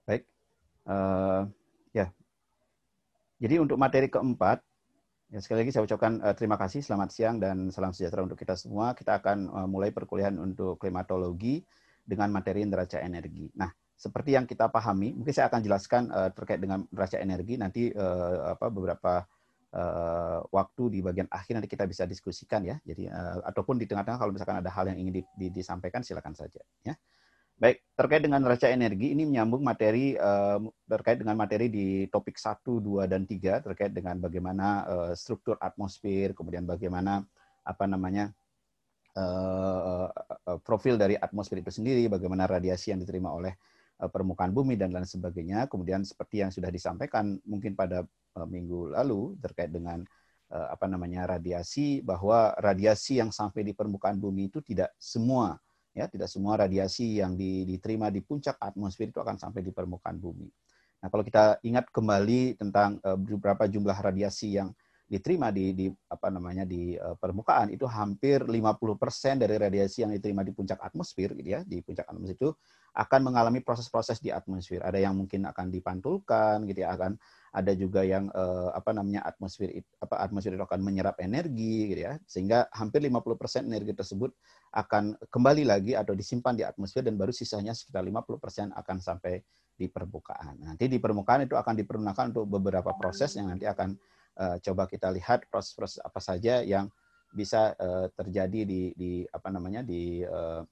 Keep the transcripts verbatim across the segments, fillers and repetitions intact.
Baik. Uh, ya. Jadi untuk materi keempat, ya sekali lagi saya ucapkan uh, terima kasih, selamat siang dan salam sejahtera untuk kita semua. Kita akan uh, mulai perkuliahan untuk klimatologi dengan materi neraca energi. Nah, seperti yang kita pahami, mungkin saya akan jelaskan uh, terkait dengan neraca energi nanti uh, apa beberapa uh, waktu di bagian akhir nanti kita bisa diskusikan ya. Jadi uh, ataupun di tengah-tengah kalau misalkan ada hal yang ingin di, di, disampaikan silakan saja ya. Baik, terkait dengan neraca energi, ini menyambung materi uh, terkait dengan materi di topik satu, dua, dan tiga terkait dengan bagaimana uh, struktur atmosfer, kemudian bagaimana apa namanya uh, uh, profil dari atmosfer itu sendiri, bagaimana radiasi yang diterima oleh uh, permukaan bumi, dan lain sebagainya. Kemudian seperti yang sudah disampaikan mungkin pada uh, minggu lalu terkait dengan uh, apa namanya radiasi, bahwa radiasi yang sampai di permukaan bumi itu tidak semua ya tidak semua radiasi yang diterima di puncak atmosfer itu akan sampai di permukaan bumi. Nah, kalau kita ingat kembali tentang uh, beberapa jumlah radiasi yang diterima di, di apa namanya di uh, permukaan, itu hampir lima puluh persen dari radiasi yang diterima di puncak atmosfer gitu ya, di puncak atmosfer itu akan mengalami proses-proses di atmosfer. Ada yang mungkin akan dipantulkan gitu ya, akan ada juga yang uh, apa namanya atmosfer apa atmosfer itu akan menyerap energi gitu ya, sehingga hampir lima puluh persen energi tersebut akan kembali lagi atau disimpan di atmosfer, dan baru sisanya sekitar lima puluh persen akan sampai di permukaan. Nanti di permukaan itu akan dipergunakan untuk beberapa proses yang nanti akan uh, coba kita lihat proses-proses apa saja yang bisa uh, terjadi di, di apa namanya di uh,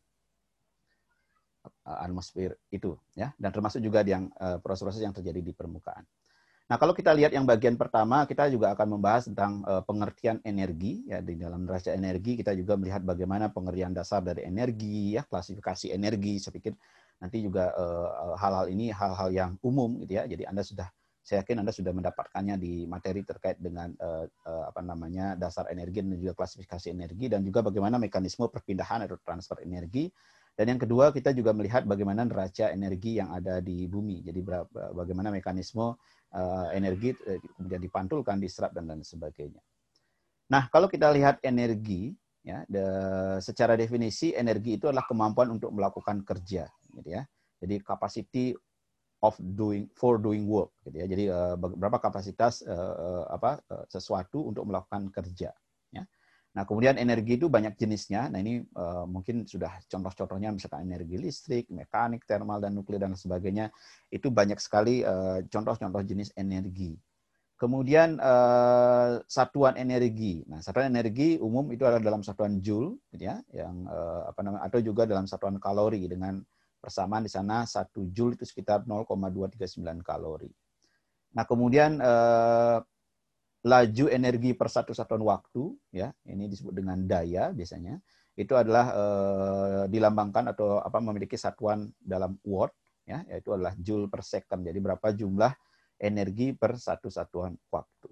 atmosfer itu ya, dan termasuk juga yang uh, proses-proses yang terjadi di permukaan. Nah, kalau kita lihat yang bagian pertama, kita juga akan membahas tentang uh, pengertian energi ya. Di dalam neraca energi kita juga melihat bagaimana pengertian dasar dari energi ya, klasifikasi energi. Saya pikir nanti juga uh, hal-hal ini hal-hal yang umum gitu ya. Jadi Anda sudah saya yakin Anda sudah mendapatkannya di materi terkait dengan uh, uh, apa namanya dasar energi dan juga klasifikasi energi, dan juga bagaimana mekanisme perpindahan atau transfer energi. Dan yang kedua, kita juga melihat bagaimana neraca energi yang ada di bumi. Jadi bagaimana mekanisme Uh, energi uh, kemudian dipantulkan, diserap, dan lain sebagainya. Nah, kalau kita lihat energi, ya, de, secara definisi energi itu adalah kemampuan untuk melakukan kerja, gitu ya. Jadi capacity of doing for doing work, gitu ya. Jadi uh, berapa kapasitas uh, uh, apa uh, sesuatu untuk melakukan kerja. Ya. Nah, kemudian energi itu banyak jenisnya. Nah, ini uh, mungkin sudah contoh-contohnya misalkan energi listrik, mekanik, termal, dan nuklir, dan sebagainya. Itu banyak sekali uh, contoh-contoh jenis energi. Kemudian uh, satuan energi. Nah, satuan energi umum itu adalah dalam satuan joule, gitu ya, yang uh, apa namanya, atau juga dalam satuan kalori, dengan persamaan di sana satu joule itu sekitar nol koma dua tiga sembilan kalori. Nah, kemudian uh, laju energi per satu satuan waktu, ya, ini disebut dengan daya biasanya, itu adalah eh, dilambangkan atau apa memiliki satuan dalam watt, ya, yaitu adalah joule per second. Jadi berapa jumlah energi per satu satuan waktu.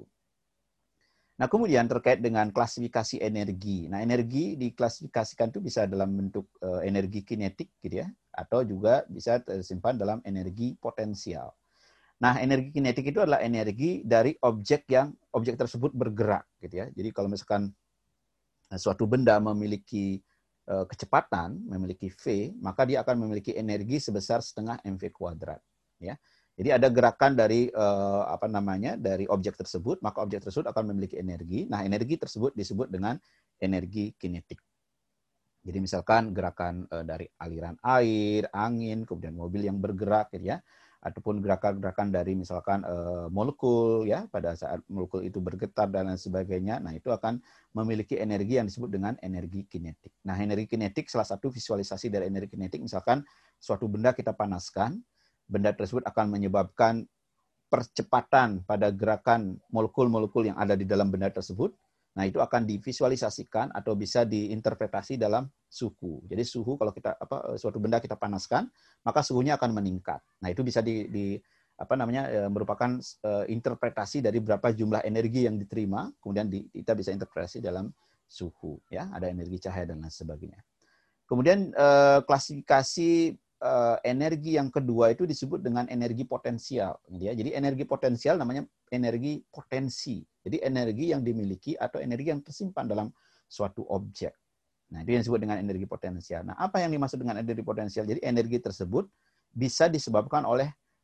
Nah, kemudian terkait dengan klasifikasi energi. Nah, energi diklasifikasikan itu bisa dalam bentuk eh, energi kinetik, gitu ya, atau juga bisa tersimpan dalam energi potensial. Nah, energi kinetik itu adalah energi dari objek yang objek tersebut bergerak, gitu ya. Jadi kalau misalkan suatu benda memiliki uh, kecepatan, memiliki V, maka dia akan memiliki energi sebesar setengah mv kuadrat, ya. Jadi ada gerakan dari uh, apa namanya dari objek tersebut, maka objek tersebut akan memiliki energi. Nah, energi tersebut disebut dengan energi kinetik. Jadi misalkan gerakan uh, dari aliran air, angin, kemudian mobil yang bergerak, gitu ya, ataupun gerakan-gerakan dari misalkan uh, molekul, ya, pada saat molekul itu bergetar dan lain sebagainya. Nah, itu akan memiliki energi yang disebut dengan energi kinetik. Nah, energi kinetik salah satu visualisasi dari energi kinetik, misalkan suatu benda kita panaskan, benda tersebut akan menyebabkan percepatan pada gerakan molekul-molekul yang ada di dalam benda tersebut. Nah, itu akan divisualisasikan atau bisa diinterpretasi dalam suhu. Jadi suhu, kalau kita apa suatu benda kita panaskan, maka suhunya akan meningkat. Nah, itu bisa di, di apa namanya merupakan uh, interpretasi dari berapa jumlah energi yang diterima, kemudian di, kita bisa interpretasi dalam suhu, ya, ada energi cahaya dan lain sebagainya. Kemudian uh, klasifikasi uh, energi yang kedua itu disebut dengan energi potensial, ya. Jadi energi potensial namanya energi potensi. Jadi energi yang dimiliki atau energi yang tersimpan dalam suatu objek. Nah, itu yang disebut dengan energi potensial. Nah, apa yang dimaksud dengan energi potensial? Jadi energi tersebut bisa disebabkan oleh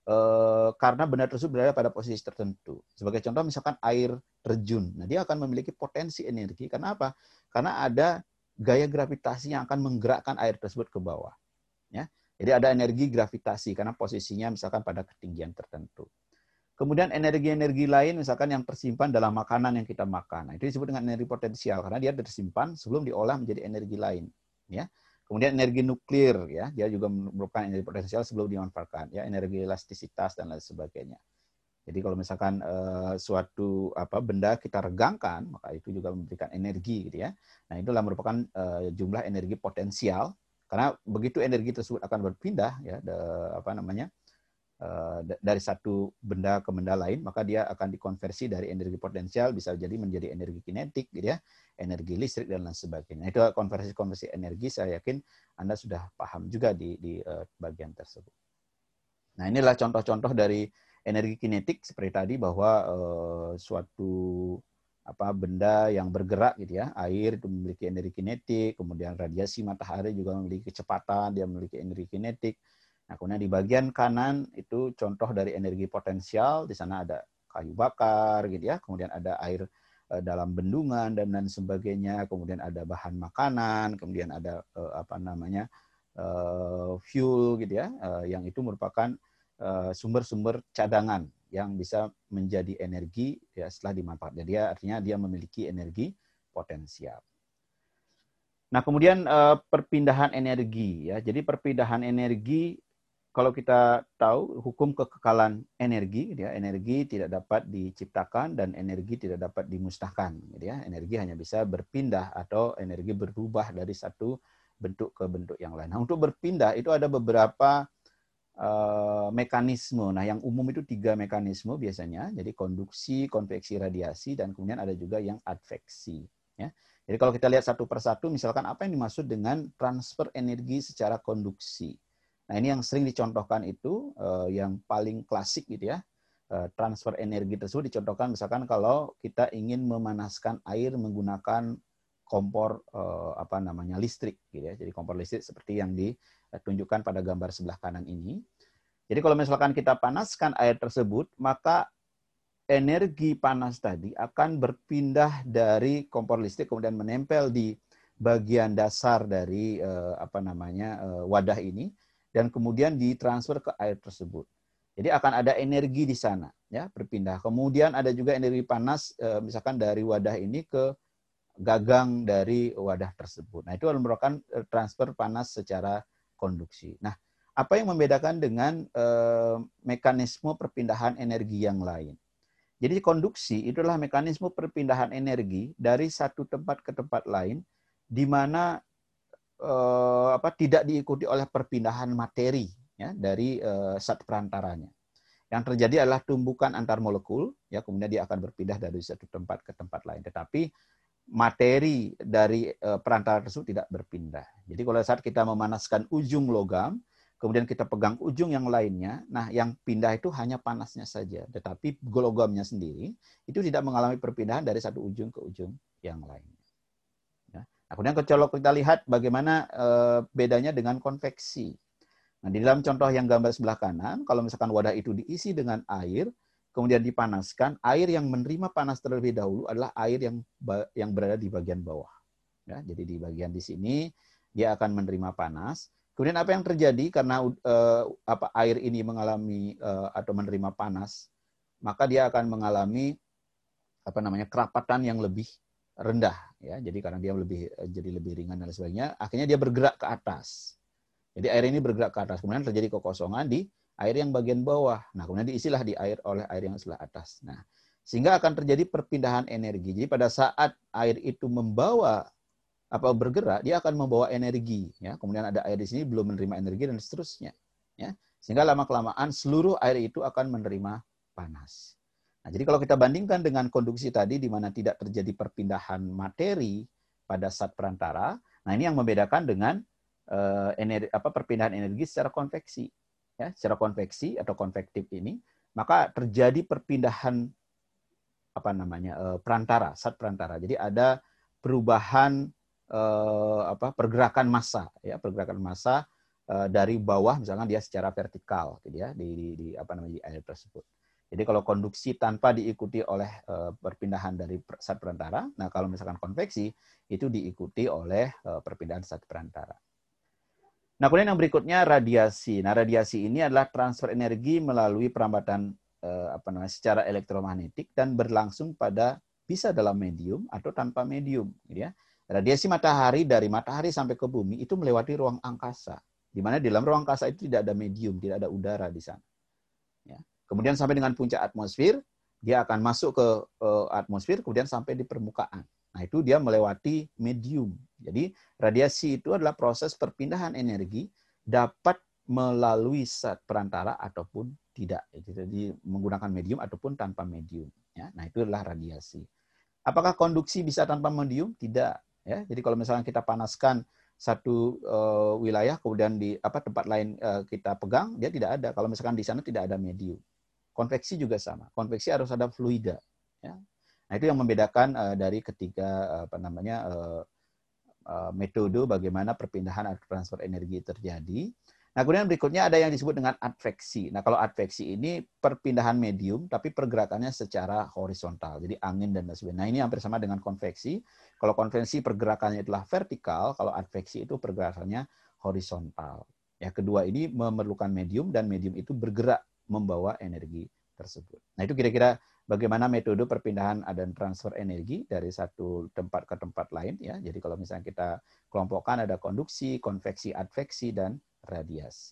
eh, karena benda tersebut berada pada posisi tertentu. Sebagai contoh misalkan air terjun. Nah, dia akan memiliki potensi energi. Karena apa? Karena ada gaya gravitasi yang akan menggerakkan air tersebut ke bawah. Ya. Jadi ada energi gravitasi karena posisinya misalkan pada ketinggian tertentu. Kemudian energi-energi lain misalkan yang tersimpan dalam makanan yang kita makan. Nah, itu disebut dengan energi potensial karena dia tersimpan sebelum diolah menjadi energi lain, ya. Kemudian energi nuklir, ya, dia juga merupakan energi potensial sebelum dimanfaatkan, ya, energi elastisitas dan lain sebagainya. Jadi kalau misalkan eh, suatu apa benda kita regangkan, maka itu juga memberikan energi, gitu ya. Nah, itulah merupakan eh, jumlah energi potensial karena begitu energi tersebut akan berpindah, ya, de, apa namanya? dari satu benda ke benda lain, maka dia akan dikonversi dari energi potensial bisa jadi menjadi energi kinetik, gitu ya, energi listrik dan lain sebagainya. Itu konversi-konversi energi, saya yakin Anda sudah paham juga di, di uh, bagian tersebut. Nah, inilah contoh-contoh dari energi kinetik seperti tadi bahwa uh, suatu apa benda yang bergerak, gitu ya, air itu memiliki energi kinetik, kemudian radiasi matahari juga memiliki kecepatan, dia memiliki energi kinetik. Nah, kemudian di bagian kanan itu contoh dari energi potensial, di sana ada kayu bakar, gitu ya, kemudian ada air eh, dalam bendungan dan lain sebagainya, kemudian ada bahan makanan, kemudian ada eh, apa namanya eh, fuel, gitu ya, eh, yang itu merupakan eh, sumber-sumber cadangan yang bisa menjadi energi ya setelah dimanfaatkan. Dia artinya dia memiliki energi potensial. Nah, kemudian eh, perpindahan energi, ya. Jadi perpindahan energi, kalau kita tahu hukum kekekalan energi, gitu ya, energi tidak dapat diciptakan dan energi tidak dapat dimusnahkan, gitu ya. Energi hanya bisa berpindah atau energi berubah dari satu bentuk ke bentuk yang lain. Nah, untuk berpindah itu ada beberapa uh, mekanisme. Nah, yang umum itu tiga mekanisme biasanya. Jadi konduksi, konveksi, radiasi, dan kemudian ada juga yang adveksi. Ya. Jadi kalau kita lihat satu persatu, misalkan apa yang dimaksud dengan transfer energi secara konduksi. Nah, ini yang sering dicontohkan itu, uh, yang paling klasik, gitu ya. Uh, transfer energi tersebut dicontohkan misalkan kalau kita ingin memanaskan air menggunakan kompor uh, apa namanya listrik, gitu ya. Jadi kompor listrik seperti yang ditunjukkan pada gambar sebelah kanan ini. Jadi kalau misalkan kita panaskan air tersebut, maka energi panas tadi akan berpindah dari kompor listrik kemudian menempel di bagian dasar dari uh, apa namanya uh, wadah ini dan kemudian ditransfer ke air tersebut. Jadi akan ada energi di sana, ya, berpindah. Kemudian ada juga energi panas, eh, misalkan dari wadah ini ke gagang dari wadah tersebut. Nah, itu merupakan transfer panas secara konduksi. Nah, apa yang membedakan dengan eh, mekanisme perpindahan energi yang lain? Jadi konduksi itulah mekanisme perpindahan energi dari satu tempat ke tempat lain, di mana eh, apa tidak diikuti oleh perpindahan materi, ya, dari eh, zat perantaranya. Yang terjadi adalah tumbukan antar molekul, ya, kemudian dia akan berpindah dari satu tempat ke tempat lain. Tetapi materi dari uh, perantara tersebut tidak berpindah. Jadi kalau saat kita memanaskan ujung logam, kemudian kita pegang ujung yang lainnya, nah yang pindah itu hanya panasnya saja. Tetapi logamnya sendiri itu tidak mengalami perpindahan dari satu ujung ke ujung yang lainnya. Ya. Nah, kemudian kalau kita lihat bagaimana uh, bedanya dengan konveksi. Nah, di dalam contoh yang gambar sebelah kanan, kalau misalkan wadah itu diisi dengan air, kemudian dipanaskan, air yang menerima panas terlebih dahulu adalah air yang yang berada di bagian bawah. Ya, jadi di bagian di sini dia akan menerima panas. Kemudian apa yang terjadi karena uh, apa air ini mengalami uh, atau menerima panas, maka dia akan mengalami apa namanya kerapatan yang lebih rendah, ya. Jadi karena dia lebih jadi lebih ringan dan sebagainya, akhirnya dia bergerak ke atas. Jadi air ini bergerak ke atas, kemudian terjadi kekosongan di air yang bagian bawah. Nah, kemudian diisilah di air oleh air yang sebelah atas. Nah, sehingga akan terjadi perpindahan energi. Jadi pada saat air itu membawa apa bergerak, dia akan membawa energi, ya. Kemudian ada air di sini belum menerima energi dan seterusnya, ya. Sehingga lama-kelamaan seluruh air itu akan menerima panas. Nah, jadi kalau kita bandingkan dengan konduksi tadi di mana tidak terjadi perpindahan materi pada zat perantara, nah ini yang membedakan dengan uh, energi, apa perpindahan energi secara konveksi. Ya, secara konveksi atau konvektif ini, maka terjadi perpindahan apa namanya uh, perantara, zat perantara. Jadi ada perubahan uh, apa pergerakan massa, ya pergerakan massa uh, dari bawah, misalkan dia secara vertikal, gitu ya, di, di, di apa namanya di air tersebut. Jadi kalau konduksi tanpa diikuti oleh uh, perpindahan dari zat perantara, nah kalau misalkan konveksi itu diikuti oleh uh, perpindahan zat perantara. Nah, kemudian yang berikutnya radiasi. Nah, radiasi ini adalah transfer energi melalui perambatan uh, apa namanya secara elektromagnetik dan berlangsung pada bisa dalam medium atau tanpa medium, gitu ya. Radiasi matahari dari matahari sampai ke bumi itu melewati ruang angkasa, di mana di dalam ruang angkasa itu tidak ada medium, tidak ada udara di sana. Ya. Kemudian sampai dengan puncak atmosfer, dia akan masuk ke uh, atmosfer, kemudian sampai di permukaan. Nah, itu dia melewati medium. Jadi, radiasi itu adalah proses perpindahan energi dapat melalui zat perantara ataupun tidak. Jadi, menggunakan medium ataupun tanpa medium. Ya. Nah, itu adalah radiasi. Apakah konduksi bisa tanpa medium? Tidak. Ya. Jadi, kalau misalnya kita panaskan satu uh, wilayah, kemudian di apa tempat lain uh, kita pegang, dia tidak ada. Kalau misalkan di sana tidak ada medium. Konveksi juga sama. Konveksi harus ada fluida. Ya. Nah, itu yang membedakan uh, dari ketiga uh, apa namanya uh, uh, metode bagaimana perpindahan atau transfer energi terjadi. Nah, kemudian berikutnya ada yang disebut dengan adveksi. Nah, kalau adveksi ini perpindahan medium, tapi pergerakannya secara horizontal. Jadi angin dan lain sebagainya. Nah, ini hampir sama dengan konveksi. Kalau konveksi pergerakannya adalah vertikal, kalau adveksi itu pergerakannya horizontal. Ya, kedua ini memerlukan medium dan medium itu bergerak membawa energi tersebut. Nah, itu kira-kira bagaimana metode perpindahan dan transfer energi dari satu tempat ke tempat lain. Ya. Jadi kalau misalnya kita kelompokkan ada konduksi, konveksi, adveksi, dan radiasi.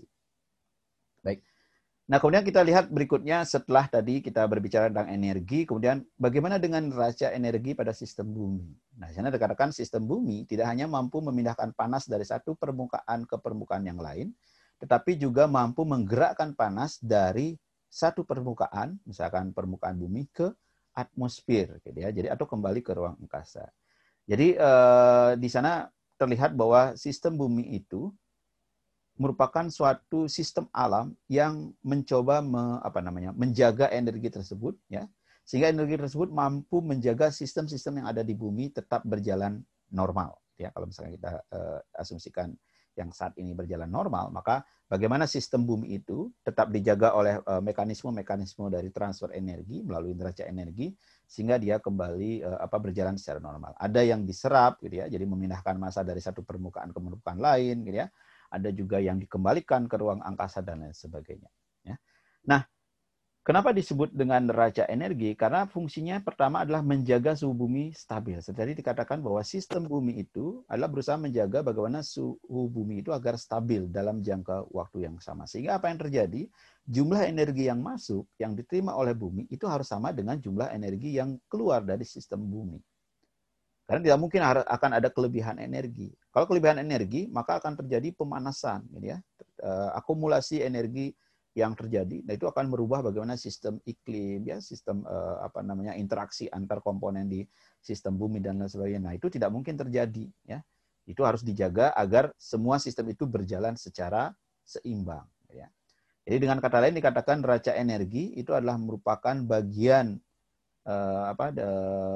Baik. Nah, kemudian kita lihat berikutnya setelah tadi kita berbicara tentang energi, kemudian bagaimana dengan neraca energi pada sistem bumi. Nah, di sana dikatakan sistem bumi tidak hanya mampu memindahkan panas dari satu permukaan ke permukaan yang lain, tetapi juga mampu menggerakkan panas dari satu permukaan, misalkan permukaan bumi ke atmosfer, gitu ya. Jadi atau kembali ke ruang angkasa. Jadi eh, di sana terlihat bahwa sistem bumi itu merupakan suatu sistem alam yang mencoba me, apa namanya menjaga energi tersebut, ya, sehingga energi tersebut mampu menjaga sistem-sistem yang ada di bumi tetap berjalan normal. Ya, kalau misalnya kita eh, asumsikan yang saat ini berjalan normal, maka bagaimana sistem bumi itu tetap dijaga oleh mekanisme-mekanisme dari transfer energi melalui neraca energi sehingga dia kembali uh, apa berjalan secara normal. Ada yang diserap gitu ya, jadi memindahkan massa dari satu permukaan ke permukaan lain gitu ya. Ada juga yang dikembalikan ke ruang angkasa dan lain sebagainya, ya. Nah, kenapa disebut dengan neraca energi? Karena fungsinya pertama adalah menjaga suhu bumi stabil. Jadi dikatakan bahwa sistem bumi itu adalah berusaha menjaga bagaimana suhu bumi itu agar stabil dalam jangka waktu yang sama. Sehingga apa yang terjadi? Jumlah energi yang masuk, yang diterima oleh bumi, itu harus sama dengan jumlah energi yang keluar dari sistem bumi. Karena tidak mungkin akan ada kelebihan energi. Kalau kelebihan energi, maka akan terjadi pemanasan. Gitu ya. Akumulasi energi yang terjadi, nah itu akan merubah bagaimana sistem iklim, ya, sistem eh, apa namanya interaksi antar komponen di sistem bumi dan lain sebagainya. Nah itu tidak mungkin terjadi, ya. Itu harus dijaga agar semua sistem itu berjalan secara seimbang. Ya. Jadi dengan kata lain dikatakan neraca energi itu adalah merupakan bagian eh, apa de,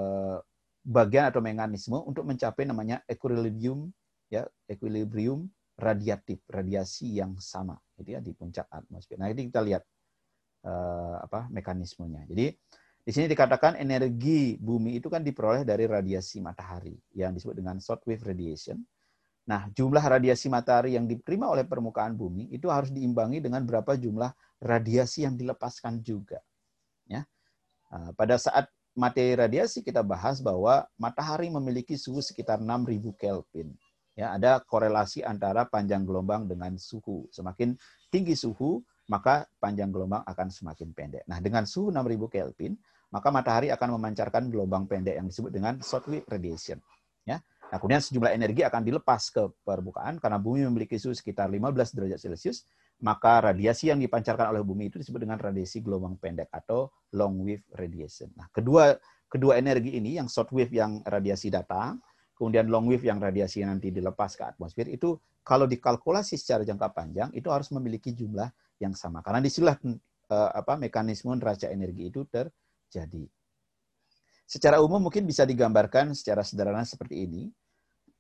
bagian atau mekanisme untuk mencapai namanya equilibrium, ya, equilibrium radiatif, radiasi yang sama, gitu ya, di puncak atmosfer. Nah, ini kita lihat uh, apa mekanismenya. Jadi di sini dikatakan energi bumi itu kan diperoleh dari radiasi matahari yang disebut dengan short wave radiation. Nah, jumlah radiasi matahari yang diterima oleh permukaan bumi itu harus diimbangi dengan berapa jumlah radiasi yang dilepaskan juga. Ya. Nah, pada saat materi radiasi kita bahas bahwa matahari memiliki suhu sekitar enam ribu Kelvin. Ya, ada korelasi antara panjang gelombang dengan suhu. Semakin tinggi suhu, maka panjang gelombang akan semakin pendek. Nah, dengan suhu enam ribu Kelvin, maka matahari akan memancarkan gelombang pendek yang disebut dengan short wave radiation. Ya. Nah, kemudian sejumlah energi akan dilepas ke permukaan karena bumi memiliki suhu sekitar lima belas derajat Celcius, maka radiasi yang dipancarkan oleh bumi itu disebut dengan radiasi gelombang pendek atau long wave radiation. Nah, kedua kedua energi ini, yang short wave yang radiasi datang, kemudian long wave yang radiasi nanti dilepas ke atmosfer, itu kalau dikalkulasi secara jangka panjang itu harus memiliki jumlah yang sama. Karena disinilah eh, apa mekanisme neraca energi itu terjadi. Secara umum mungkin bisa digambarkan secara sederhana seperti ini.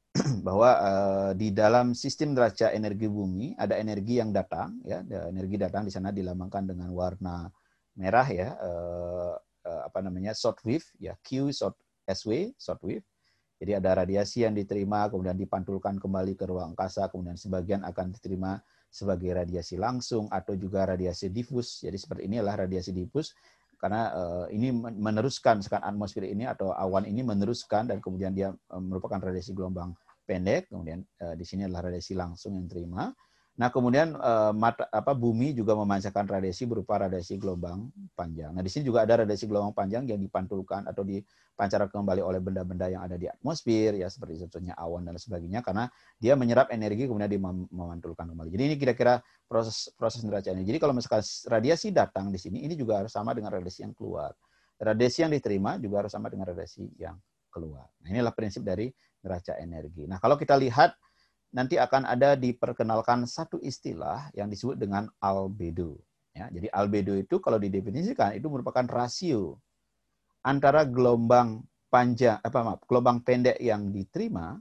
bahwa uh, di dalam sistem neraca energi bumi ada energi yang datang, ya, energi datang di sana dilambangkan dengan warna merah, ya, uh, uh, apa namanya, short wave, ya, Q short S W, short wave. Jadi ada radiasi yang diterima, kemudian dipantulkan kembali ke ruang angkasa, kemudian sebagian akan diterima sebagai radiasi langsung atau juga radiasi difus. Jadi seperti ini adalah radiasi difus, karena uh, ini meneruskan, misalkan atmosfer ini atau awan ini meneruskan dan kemudian dia uh, merupakan radiasi gelombang pendek, kemudian uh, di sini adalah radiasi langsung yang diterima. Nah, kemudian uh, mata, apa, bumi juga memancarkan radiasi berupa radiasi gelombang panjang. Nah, di sini juga ada radiasi gelombang panjang yang dipantulkan atau dipancarkan kembali oleh benda-benda yang ada di atmosfer, ya, seperti contohnya awan dan sebagainya, karena dia menyerap energi kemudian dia memantulkan kembali. Jadi ini kira-kira proses proses neraca energi. Jadi kalau misalkan radiasi datang di sini, ini juga harus sama dengan radiasi yang keluar. Radiasi yang diterima juga harus sama dengan radiasi yang keluar. Nah, inilah prinsip dari neraca energi. Nah, kalau kita lihat nanti akan ada diperkenalkan satu istilah yang disebut dengan albedo. Ya, jadi albedo itu kalau didefinisikan itu merupakan rasio antara gelombang panjang, apa maaf, gelombang pendek yang diterima,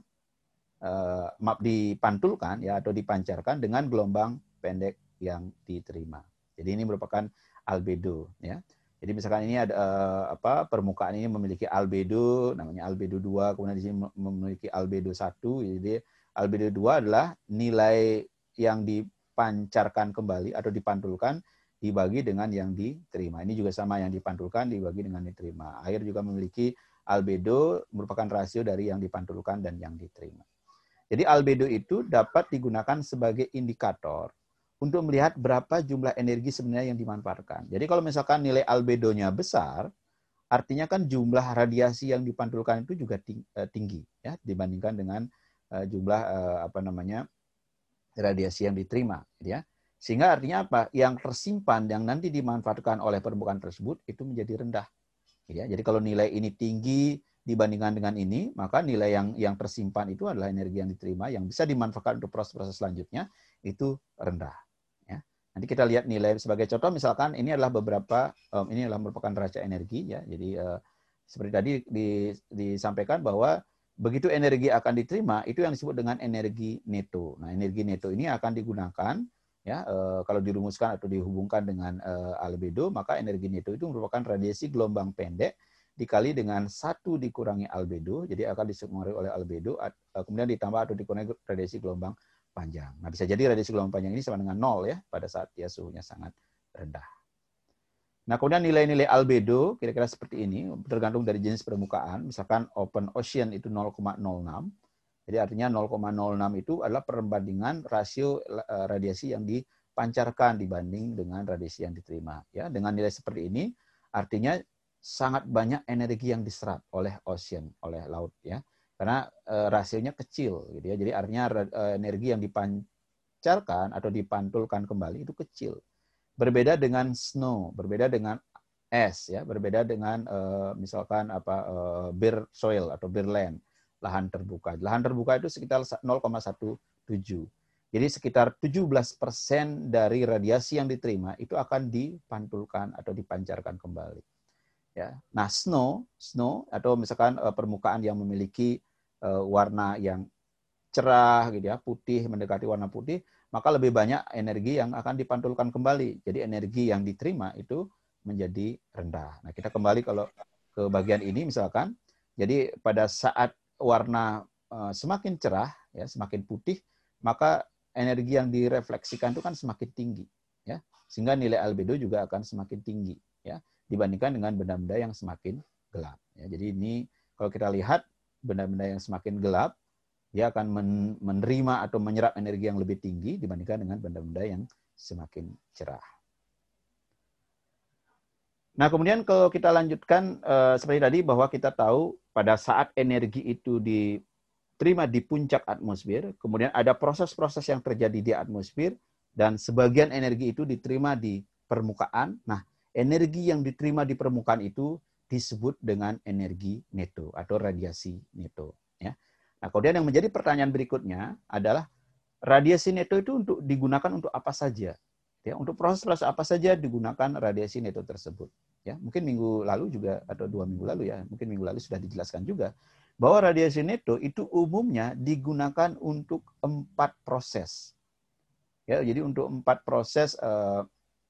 eh, maaf, dipantulkan, ya, atau dipancarkan dengan gelombang pendek yang diterima. Jadi ini merupakan albedo, ya. Jadi misalkan ini ada eh, apa, permukaan ini memiliki albedo, namanya albedo dua, kemudian di sini memiliki albedo satu, jadi albedo dua adalah nilai yang dipancarkan kembali atau dipantulkan dibagi dengan yang diterima. Ini juga sama, yang dipantulkan dibagi dengan diterima. Air juga memiliki albedo, merupakan rasio dari yang dipantulkan dan yang diterima. Jadi albedo itu dapat digunakan sebagai indikator untuk melihat berapa jumlah energi sebenarnya yang dimanfaatkan. Jadi kalau misalkan nilai albedonya besar, artinya kan jumlah radiasi yang dipantulkan itu juga tinggi, ya, dibandingkan dengan jumlah apa namanya radiasi yang diterima, ya. Sehingga artinya apa? Yang tersimpan yang nanti dimanfaatkan oleh permukaan tersebut itu menjadi rendah, ya. Jadi kalau nilai ini tinggi dibandingkan dengan ini, maka nilai yang yang tersimpan itu adalah energi yang diterima yang bisa dimanfaatkan untuk proses-proses selanjutnya itu rendah, ya. Nanti kita lihat nilai sebagai contoh, misalkan ini adalah beberapa um, ini adalah merupakan neraca energi, ya. Jadi uh, seperti tadi di, disampaikan bahwa begitu energi akan diterima, itu yang disebut dengan energi neto. Nah, energi neto ini akan digunakan, ya, e, kalau dirumuskan atau dihubungkan dengan e, albedo, maka energi neto itu merupakan radiasi gelombang pendek dikali dengan satu dikurangi albedo, jadi akan dipengaruhi oleh albedo, kemudian ditambah atau dikurangi radiasi gelombang panjang. Nah, bisa jadi radiasi gelombang panjang ini sama dengan nol, ya, pada saat dia suhunya sangat rendah. Nah, kemudian nilai-nilai albedo kira-kira seperti ini, tergantung dari jenis permukaan. Misalkan open ocean itu nol koma nol enam. Jadi artinya nol koma nol enam itu adalah perbandingan rasio radiasi yang dipancarkan dibanding dengan radiasi yang diterima. Ya, dengan nilai seperti ini, artinya sangat banyak energi yang diserap oleh ocean, oleh laut, ya. Karena e, rasionya kecil, gitu ya. Jadi artinya e, energi yang dipancarkan atau dipantulkan kembali itu kecil. Berbeda dengan snow, berbeda dengan es, ya, berbeda dengan uh, misalkan apa uh, bare soil atau bare land, lahan terbuka. Lahan terbuka itu sekitar nol koma satu tujuh. Jadi sekitar tujuh belas persen dari radiasi yang diterima itu akan dipantulkan atau dipancarkan kembali. Ya. Nah, snow, snow atau misalkan uh, permukaan yang memiliki uh, warna yang cerah, gitu ya, putih, mendekati warna putih, maka lebih banyak energi yang akan dipantulkan kembali. Jadi energi yang diterima itu menjadi rendah. Nah, kita kembali kalau ke bagian ini misalkan, jadi pada saat warna uh, semakin cerah, ya, semakin putih, maka energi yang direfleksikan itu kan semakin tinggi, ya. Sehingga nilai albedo juga akan semakin tinggi, ya, dibandingkan dengan benda-benda yang semakin gelap, ya. Jadi ini kalau kita lihat benda-benda yang semakin gelap, dia akan menerima atau menyerap energi yang lebih tinggi dibandingkan dengan benda-benda yang semakin cerah. Nah, kemudian kalau kita lanjutkan eh, seperti tadi bahwa kita tahu pada saat energi itu diterima di puncak atmosfer, kemudian ada proses-proses yang terjadi di atmosfer dan sebagian energi itu diterima di permukaan. Nah, energi yang diterima di permukaan itu disebut dengan energi neto atau radiasi neto, ya. Nah, kemudian yang menjadi pertanyaan berikutnya adalah radiasi neto itu untuk digunakan untuk apa saja? Ya, untuk proses-proses apa saja digunakan radiasi neto tersebut? Ya, mungkin minggu lalu juga atau dua minggu lalu, ya, mungkin minggu lalu sudah dijelaskan juga bahwa radiasi neto itu umumnya digunakan untuk empat proses. Ya, jadi untuk empat proses eh,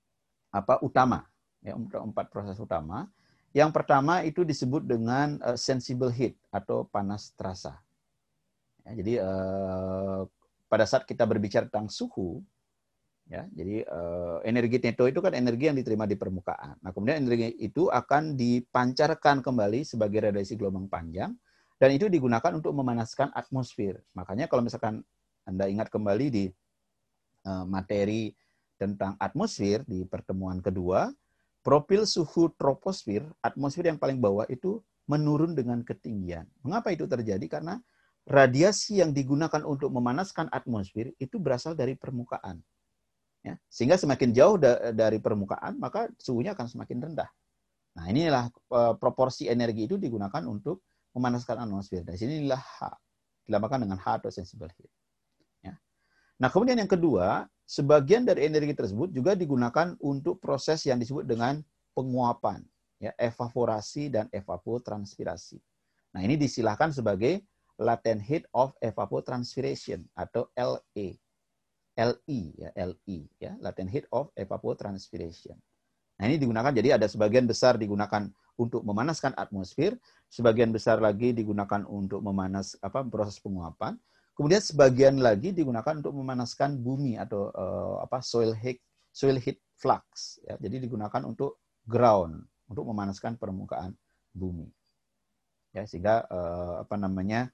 apa utama, ya, untuk empat proses utama. Yang pertama itu disebut dengan uh, sensible heat atau panas terasa. Ya, jadi eh, pada saat kita berbicara tentang suhu, ya, jadi eh, energi neto itu kan energi yang diterima di permukaan. Nah, kemudian energi itu akan dipancarkan kembali sebagai radiasi gelombang panjang dan itu digunakan untuk memanaskan atmosfer. Makanya kalau misalkan Anda ingat kembali di eh, materi tentang atmosfer di pertemuan kedua, profil suhu troposfer, atmosfer yang paling bawah itu menurun dengan ketinggian. Mengapa itu terjadi? Karena radiasi yang digunakan untuk memanaskan atmosfer itu berasal dari permukaan. Ya, sehingga semakin jauh da dari permukaan, maka suhunya akan semakin rendah. Nah, inilah uh, proporsi energi itu digunakan untuk memanaskan atmosfer. Dari sinilah H, dilambangkan dengan H atau sensible heat. Ya. Nah, kemudian yang kedua, sebagian dari energi tersebut juga digunakan untuk proses yang disebut dengan penguapan, ya, evaporasi dan evapotranspirasi. Nah, ini disilahkan sebagai latent heat of evapotranspiration atau L E. L I ya, L I ya, latent heat of evapotranspiration. Nah, ini digunakan, jadi ada sebagian besar digunakan untuk memanaskan atmosfer, sebagian besar lagi digunakan untuk memanas apa proses penguapan, kemudian sebagian lagi digunakan untuk memanaskan bumi atau uh, apa soil heat soil heat flux ya. Jadi digunakan untuk ground, untuk memanaskan permukaan bumi. Ya, sehingga uh, apa namanya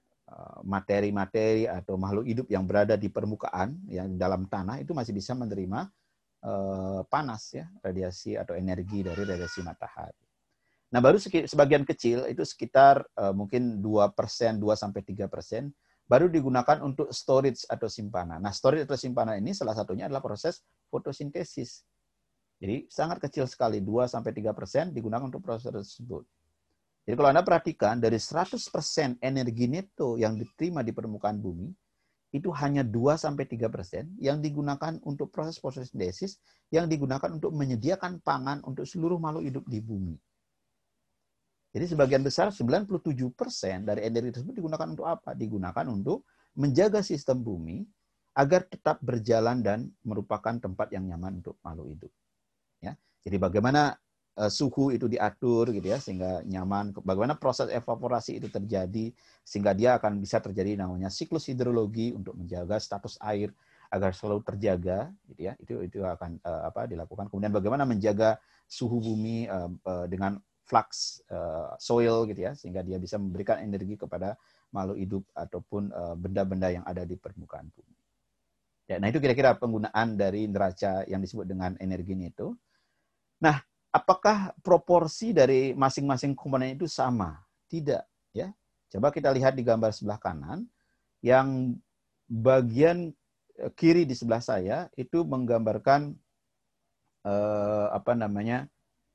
materi-materi atau makhluk hidup yang berada di permukaan yang dalam tanah itu masih bisa menerima eh, panas ya, radiasi atau energi dari radiasi matahari. Nah, baru sebagian kecil itu sekitar eh, mungkin dua persen, dua sampai tiga persen baru digunakan untuk storage atau simpanan. Nah, storage atau simpanan ini salah satunya adalah proses fotosintesis. Jadi sangat kecil sekali, dua sampai tiga persen digunakan untuk proses tersebut. Jadi kalau Anda perhatikan, dari seratus persen energi neto yang diterima di permukaan bumi, itu hanya dua sampai tiga persen yang digunakan untuk proses fotosintesis, yang digunakan untuk menyediakan pangan untuk seluruh makhluk hidup di bumi. Jadi sebagian besar, sembilan puluh tujuh persen dari energi tersebut digunakan untuk apa? Digunakan untuk menjaga sistem bumi agar tetap berjalan dan merupakan tempat yang nyaman untuk makhluk hidup. Ya. Jadi bagaimana suhu itu diatur gitu ya sehingga nyaman, bagaimana proses evaporasi itu terjadi sehingga dia akan bisa terjadi namanya siklus hidrologi untuk menjaga status air agar selalu terjaga gitu ya, itu itu akan uh, apa dilakukan. Kemudian bagaimana menjaga suhu bumi uh, uh, dengan flux uh, soil gitu ya sehingga dia bisa memberikan energi kepada makhluk hidup ataupun benda-benda uh, yang ada di permukaan bumi. Ya, nah itu kira-kira penggunaan dari neraca yang disebut dengan energi neto. Nah, apakah proporsi dari masing-masing komponen itu sama? Tidak, ya. Coba kita lihat di gambar sebelah kanan, yang bagian kiri di sebelah saya itu menggambarkan eh, apa namanya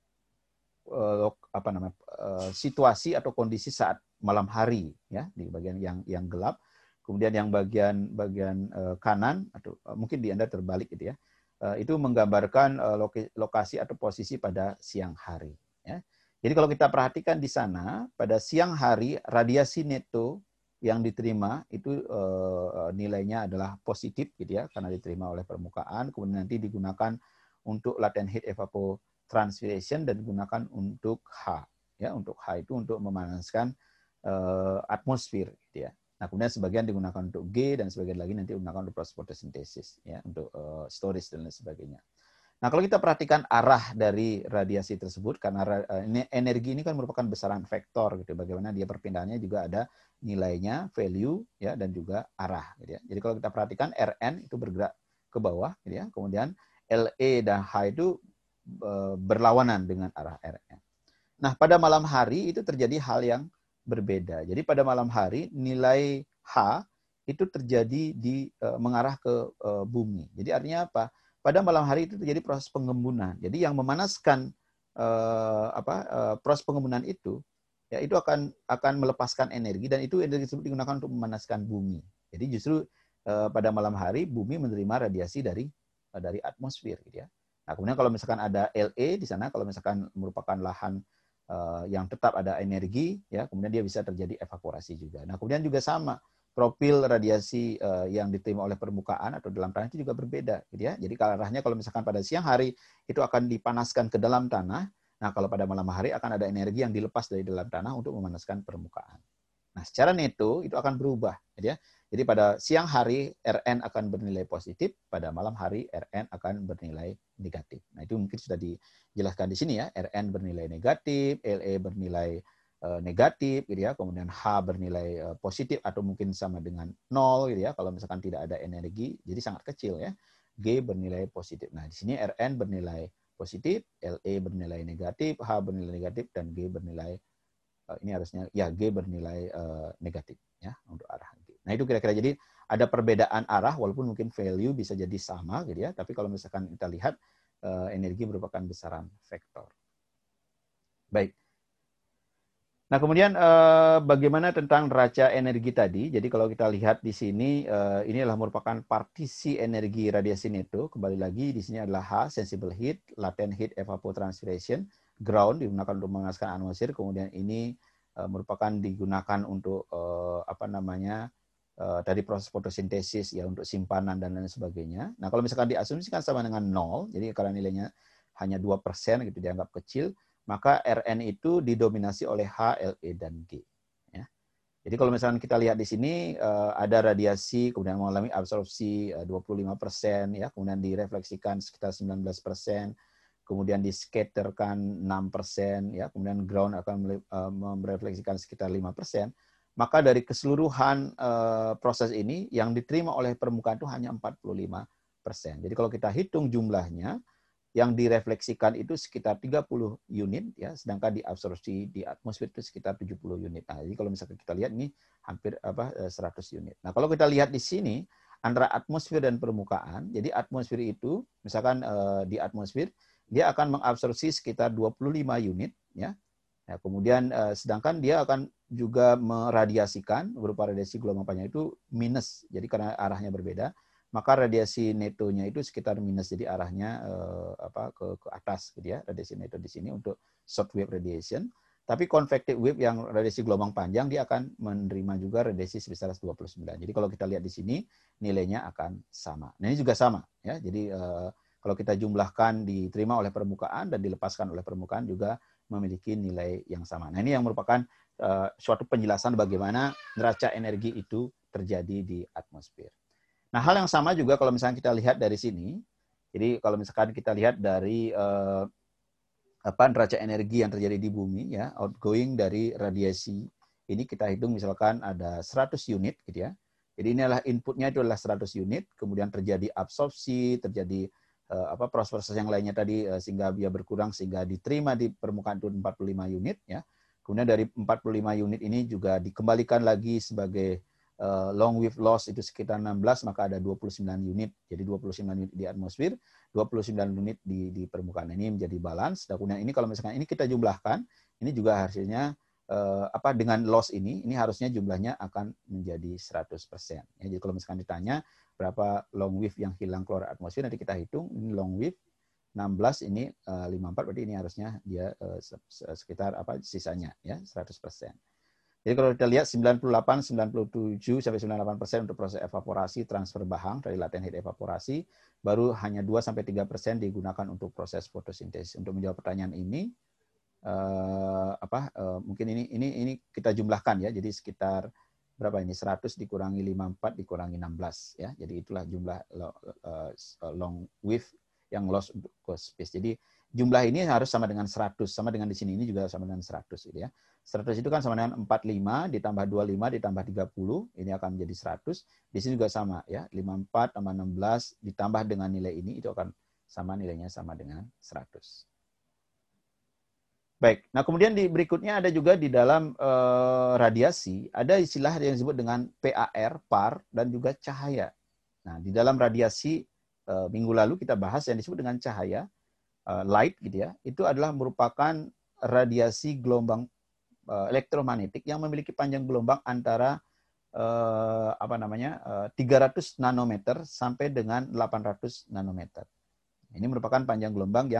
eh, apa namanya eh, situasi atau kondisi saat malam hari, ya, di bagian yang yang gelap. Kemudian yang bagian bagian eh, kanan atau eh, mungkin di Anda terbalik gitu ya. Itu menggambarkan lokasi atau posisi pada siang hari. Ya. Jadi kalau kita perhatikan di sana, pada siang hari radiasi neto yang diterima itu nilainya adalah positif gitu ya, karena diterima oleh permukaan, kemudian nanti digunakan untuk latent heat evapotranspiration dan digunakan untuk H. Ya, untuk H itu untuk memanaskan atmosfer gitu ya. Nah, kemudian sebagian digunakan untuk G dan sebagian lagi nanti digunakan untuk proses fotosintesis, ya, untuk uh, storage dan lain sebagainya. Nah, kalau kita perhatikan arah dari radiasi tersebut, karena uh, ini, energi ini kan merupakan besaran vektor, gitu. Bagaimana dia perpindahannya juga ada nilainya, value, ya, dan juga arah. Gitu ya. Jadi kalau kita perhatikan R N itu bergerak ke bawah, gitu ya. Kemudian L E dan H itu uh, berlawanan dengan arah R N. Nah, pada malam hari itu terjadi hal yang berbeda. Jadi pada malam hari nilai H itu terjadi di uh, mengarah ke uh, bumi. Jadi artinya apa? Pada malam hari itu terjadi proses pengembunan. Jadi yang memanaskan uh, apa uh, proses pengembunan itu ya itu akan akan melepaskan energi dan itu energi tersebut digunakan untuk memanaskan bumi. Jadi justru uh, pada malam hari bumi menerima radiasi dari uh, dari atmosfer gitu ya. Nah, kemudian kalau misalkan ada L E di sana, kalau misalkan merupakan lahan uh, yang tetap ada energi, ya, kemudian dia bisa terjadi evaporasi juga. Nah, kemudian juga sama, profil radiasi uh, yang diterima oleh permukaan atau dalam tanah itu juga berbeda, gitu ya. Jadi arahnya kalau misalkan pada siang hari itu akan dipanaskan ke dalam tanah, nah kalau pada malam hari akan ada energi yang dilepas dari dalam tanah untuk memanaskan permukaan. Nah, secara neto itu akan berubah, gitu ya. Jadi pada siang hari R N akan bernilai positif, pada malam hari R N akan bernilai negatif. Nah, itu mungkin sudah dijelaskan di sini ya, R N bernilai negatif, L E bernilai uh, negatif, gitu ya. Kemudian H bernilai uh, positif atau mungkin sama dengan nol, gitu ya. Kalau misalkan tidak ada energi, jadi sangat kecil ya. G bernilai positif. Nah, di sini R N bernilai positif, L E bernilai negatif, H bernilai negatif, dan G bernilai uh, ini harusnya ya G bernilai uh, negatif ya untuk arah G. Nah, itu kira-kira jadi ada perbedaan arah walaupun mungkin value bisa jadi sama gitu ya, tapi kalau misalkan kita lihat uh, energi merupakan besaran vektor. Baik. Nah, kemudian eh, bagaimana tentang neraca energi tadi? Jadi kalau kita lihat di sini, eh, ini adalah merupakan partisi energi radiasi neto. Kembali lagi, di sini adalah H, sensible heat, latent heat evapotranspiration, ground digunakan untuk memanaskan atmosfer. Kemudian ini eh, merupakan digunakan untuk eh, apa namanya eh, dari proses fotosintesis ya untuk simpanan dan lain sebagainya. Nah, kalau misalkan diasumsikan sama dengan nol, jadi karena nilainya hanya dua persen gitu dianggap kecil, maka R N itu didominasi oleh H, L, E, dan G. Ya. Jadi kalau misalnya kita lihat di sini ada radiasi, kemudian mengalami absorpsi dua puluh lima persen, ya, kemudian direfleksikan sekitar sembilan belas persen, kemudian diskatterkan enam persen, ya, kemudian ground akan merefleksikan sekitar lima persen, maka dari keseluruhan proses ini yang diterima oleh permukaan itu hanya empat puluh lima persen. Jadi kalau kita hitung jumlahnya, yang direfleksikan itu sekitar tiga puluh unit ya, sedangkan diabsorpsi di atmosfer itu sekitar tujuh puluh unit. Nah, jadi kalau misalkan kita lihat ini hampir apa seratus unit. Nah, kalau kita lihat di sini antara atmosfer dan permukaan, jadi atmosfer itu misalkan eh, di atmosfer dia akan mengabsorpsi sekitar dua puluh lima unit ya. Nah, kemudian eh, sedangkan dia akan juga meradiasikan berupa radiasi gelombang panjang itu minus. Jadi karena arahnya berbeda, maka radiasi netonya itu sekitar minus, jadi arahnya eh, apa ke ke atas gitu ya, radiasi neto di sini untuk short wave radiation. Tapi convective wave yang radiasi gelombang panjang dia akan menerima juga radiasi sebesar dua puluh sembilan. Jadi kalau kita lihat di sini nilainya akan sama. Nah, ini juga sama ya. Jadi eh, kalau kita jumlahkan diterima oleh permukaan dan dilepaskan oleh permukaan juga memiliki nilai yang sama. Nah, ini yang merupakan eh, suatu penjelasan bagaimana neraca energi itu terjadi di atmosfer. Nah, hal yang sama juga kalau misalnya kita lihat dari sini. Jadi kalau misalkan kita lihat dari eh, apa neraca energi yang terjadi di bumi ya, outgoing dari radiasi ini kita hitung misalkan ada seratus unit gitu ya. Jadi ini adalah inputnya itu adalah seratus unit, kemudian terjadi absorpsi, terjadi eh, apa proses-proses yang lainnya tadi eh, sehingga dia berkurang sehingga diterima di permukaan itu empat puluh lima unit ya. Kemudian dari empat puluh lima unit ini juga dikembalikan lagi sebagai long wave loss itu sekitar enam belas, maka ada dua puluh sembilan unit. Jadi dua puluh sembilan unit di atmosfer, dua puluh sembilan unit di, di permukaan. Ini menjadi balance. Dan kemudian ini kalau misalkan ini kita jumlahkan, ini juga hasilnya eh, apa dengan loss ini, ini harusnya jumlahnya akan menjadi seratus persen. Ya, jadi kalau misalkan ditanya berapa long wave yang hilang keluar atmosfer, nanti kita hitung ini long wave enam belas, ini eh, lima puluh empat, berarti ini harusnya dia eh, sekitar apa sisanya ya seratus persen. Jadi kalau kita lihat sembilan puluh delapan, sembilan puluh tujuh sampai sembilan puluh delapan persen untuk proses evaporasi, transfer bahang dari latent heat evaporasi, baru hanya dua sampai tiga persen digunakan untuk proses fotosintesis. Untuk menjawab pertanyaan ini eh, apa eh, mungkin ini ini ini kita jumlahkan ya. Jadi sekitar berapa ini? seratus dikurangi lima puluh empat dikurangi enam belas ya. Jadi itulah jumlah long wave yang loss ke space. Jadi jumlah ini harus sama dengan seratus, sama dengan di sini ini juga sama dengan seratus gitu ya. seratus itu kan sama dengan empat puluh lima ditambah dua puluh lima ditambah tiga puluh, ini akan menjadi seratus. Di sini juga sama ya, lima puluh empat tambah enam belas ditambah dengan nilai ini itu akan sama, nilainya sama dengan seratus. Baik, nah kemudian di berikutnya ada juga di dalam eh, radiasi, ada istilah yang disebut dengan P A R, par, dan juga cahaya. Nah, di dalam radiasi eh, minggu lalu kita bahas yang disebut dengan cahaya, eh, light gitu ya, itu adalah merupakan radiasi gelombang elektromagnetik yang memiliki panjang gelombang antara eh, apa namanya eh, tiga ratus nanometer sampai dengan delapan ratus nanometer. Ini merupakan panjang gelombang yang